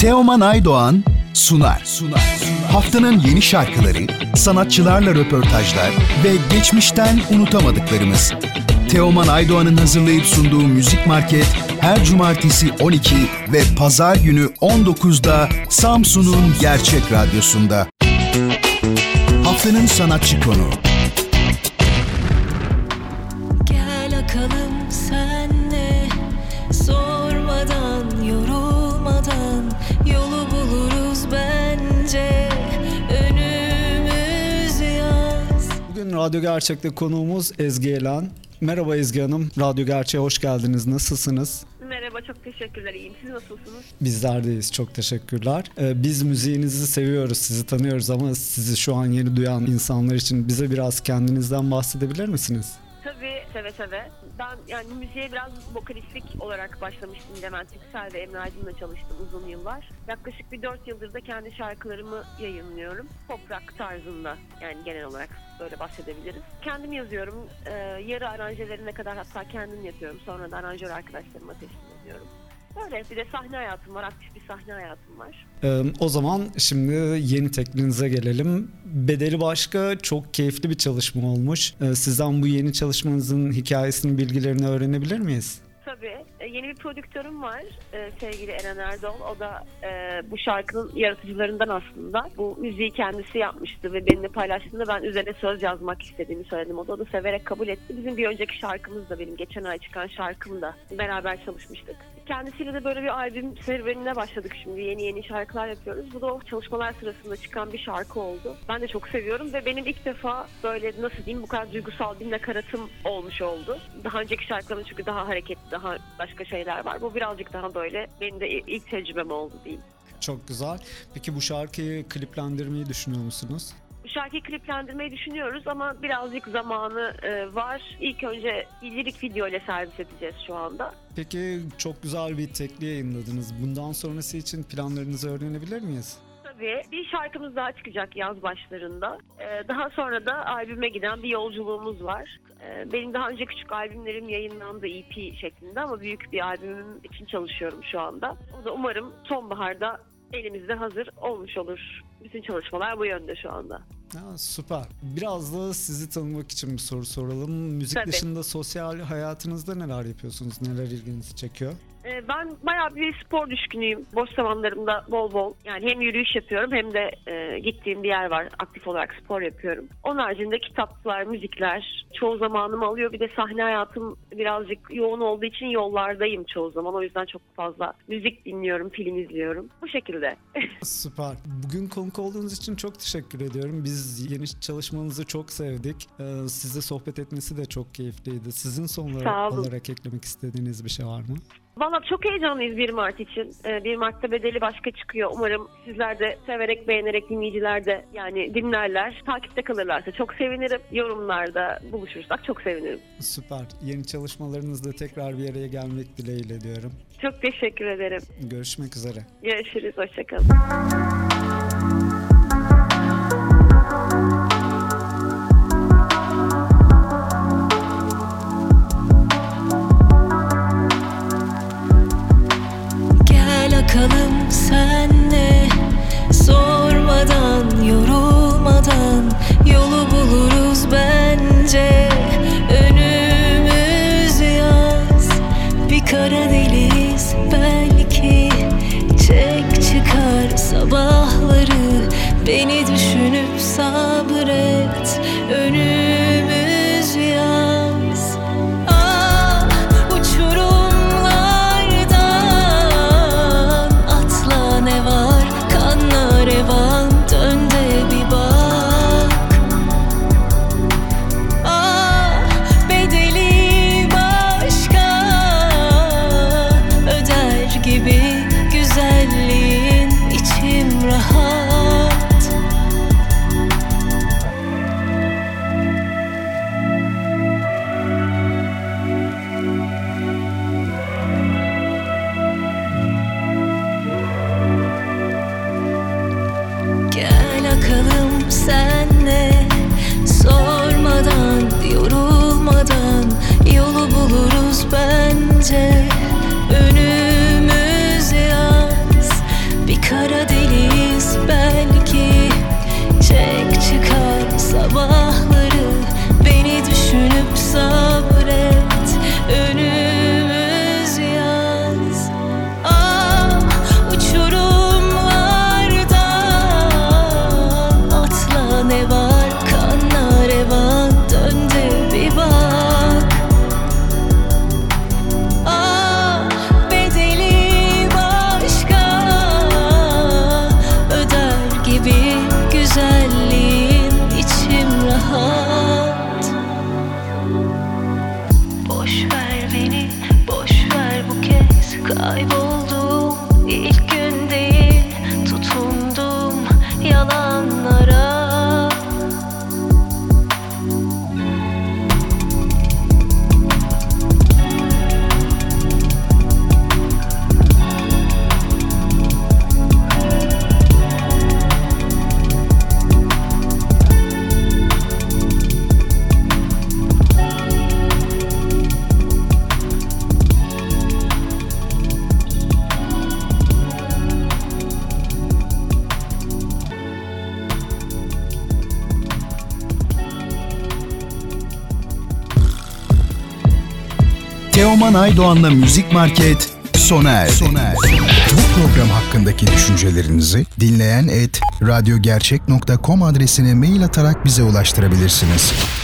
Teoman Aydoğan sunar. Haftanın yeni şarkıları, sanatçılarla röportajlar ve geçmişten unutamadıklarımız. Teoman Aydoğan'ın hazırlayıp sunduğu Müzik Market her cumartesi 12 ve pazar günü 19'da Samsun'un Gerçek Radyosu'nda. Haftanın sanatçı konuğu. Gel akalım senle, sormadan, yorulmadan yolu buluruz bence, önümüz yaz. Bugün Radyo Gerçek'te konuğumuz Ezgi Elan. Merhaba Ezgi Hanım, Radyo Gerçek'e hoş geldiniz. Nasılsınız? Merhaba, çok teşekkürler. İyiyim. Siz nasılsınız? Bizler deyiz, çok teşekkürler. Biz müziğinizi seviyoruz, sizi tanıyoruz ama sizi şu an yeni duyan insanlar için bize biraz kendinizden bahsedebilir misiniz? Tabii, seve. Ben yani müziğe biraz vokalistlik olarak başlamıştım. Levent Yüksel ve Emre Aydın'la çalıştım uzun yıllar. Yaklaşık bir 4 yıldır da kendi şarkılarımı yayınlıyorum. Pop rock tarzında, yani genel olarak böyle bahsedebiliriz. Kendim yazıyorum. Yarı aranjelerine kadar hatta kendim yapıyorum. Sonra da aranjör arkadaşlarıma teslim ediyorum. Böyle bir de sahne hayatım var. Aktif bir sahne hayatım var. O zaman şimdi yeni teklinize gelelim. Bedeli Başka çok keyifli bir çalışma olmuş. Sizden bu yeni çalışmanızın hikayesini, bilgilerini öğrenebilir miyiz? Tabii. Yeni bir prodüktörüm var. Sevgili Eren Erdoğan. O da bu şarkının yaratıcılarından aslında. Bu müziği kendisi yapmıştı ve benimle paylaştığında ben üzerine söz yazmak istediğimi söyledim. O da severek kabul etti. Bizim bir önceki şarkımız da, benim geçen ay çıkan şarkım da beraber çalışmıştık. Kendisiyle de böyle bir albüm serüvenine başladık şimdi. Yeni şarkılar yapıyoruz. Bu da o çalışmalar sırasında çıkan bir şarkı oldu. Ben de çok seviyorum ve benim ilk defa böyle, nasıl diyeyim, bu kadar duygusal bir nakaratım olmuş oldu. Daha önceki şarkılarım çünkü daha hareketli, daha başka şeyler var. Bu birazcık daha böyle benim de ilk tecrübem oldu diyeyim. Çok güzel. Peki bu şarkıyı kliplendirmeyi düşünüyor musunuz? Bu şarkıyı kliplendirmeyi düşünüyoruz ama birazcık zamanı var. İlk önce lirik video ile servis edeceğiz şu anda. Peki çok güzel bir tekli yayınladınız. Bundan sonrası için planlarınızı öğrenebilir miyiz? Tabii. Bir şarkımız daha çıkacak yaz başlarında. Daha sonra da albüme giden bir yolculuğumuz var. Benim daha önce küçük albümlerim yayınlandı EP şeklinde ama büyük bir albümüm için çalışıyorum şu anda. O da umarım sonbaharda elimizde hazır olmuş olur. Bütün çalışmalar bu yönde şu anda. Süper. Biraz da sizi tanımak için bir soru soralım. Müzik Tabii. dışında sosyal hayatınızda neler yapıyorsunuz? Neler ilginizi çekiyor? Ben bayağı bir spor düşkünüyüm. Boş zamanlarımda bol yani hem yürüyüş yapıyorum hem de gittiğim bir yer var. Aktif olarak spor yapıyorum. Onun haricinde kitaplar, müzikler çoğu zamanımı alıyor. Bir de sahne hayatım birazcık yoğun olduğu için yollardayım çoğu zaman. O yüzden çok fazla müzik dinliyorum, film izliyorum. Bu şekilde. Süper. Bugün konuk olduğunuz için çok teşekkür ediyorum. Biz yeni çalışmanızı çok sevdik. Sizle sohbet etmesi de çok keyifliydi. Sizin son olarak eklemek istediğiniz bir şey var mı? Valla çok heyecanlıyız 1 Mart için. 1 Mart'ta Bedeli Başka çıkıyor. Umarım sizler de severek, beğenerek, dinleyiciler de yani dinlerler. Takipte kalırlarsa çok sevinirim. Yorumlarda buluşursak çok sevinirim. Süper. Yeni çalışmalarınızla tekrar bir araya gelmek dileğiyle diyorum. Çok teşekkür ederim. Görüşmek üzere. Görüşürüz. Hoşçakalın. Bakalım senle, sormadan, yorulmadan yolu buluruz bence, önümüz yaz. Bir kara deliz belki, çek çıkar sabahları, beni düşünüp sabret, önümüz yaz. Senle, sormadan, yorulmadan yolu buluruz bence, önümüz yaz. Bir kara deliyiz belki. Çek çıkar sabahları, beni düşünüp sabret. Önümüz yaz. Ah, uçurumlardan atla, ne var kanla revan, dön de bir bak. Ah, bedeli başka, öder gibi güzelliğin, içim rahat. Boş ver beni, boş ver bu kez. Kayboldum ilk gün değil, tutundum yalanlara. Teoman Aydoğan'la Müzik Market sona erdi. Bu program hakkındaki düşüncelerinizi dinleyen @radyogercek.com adresine mail atarak bize ulaştırabilirsiniz.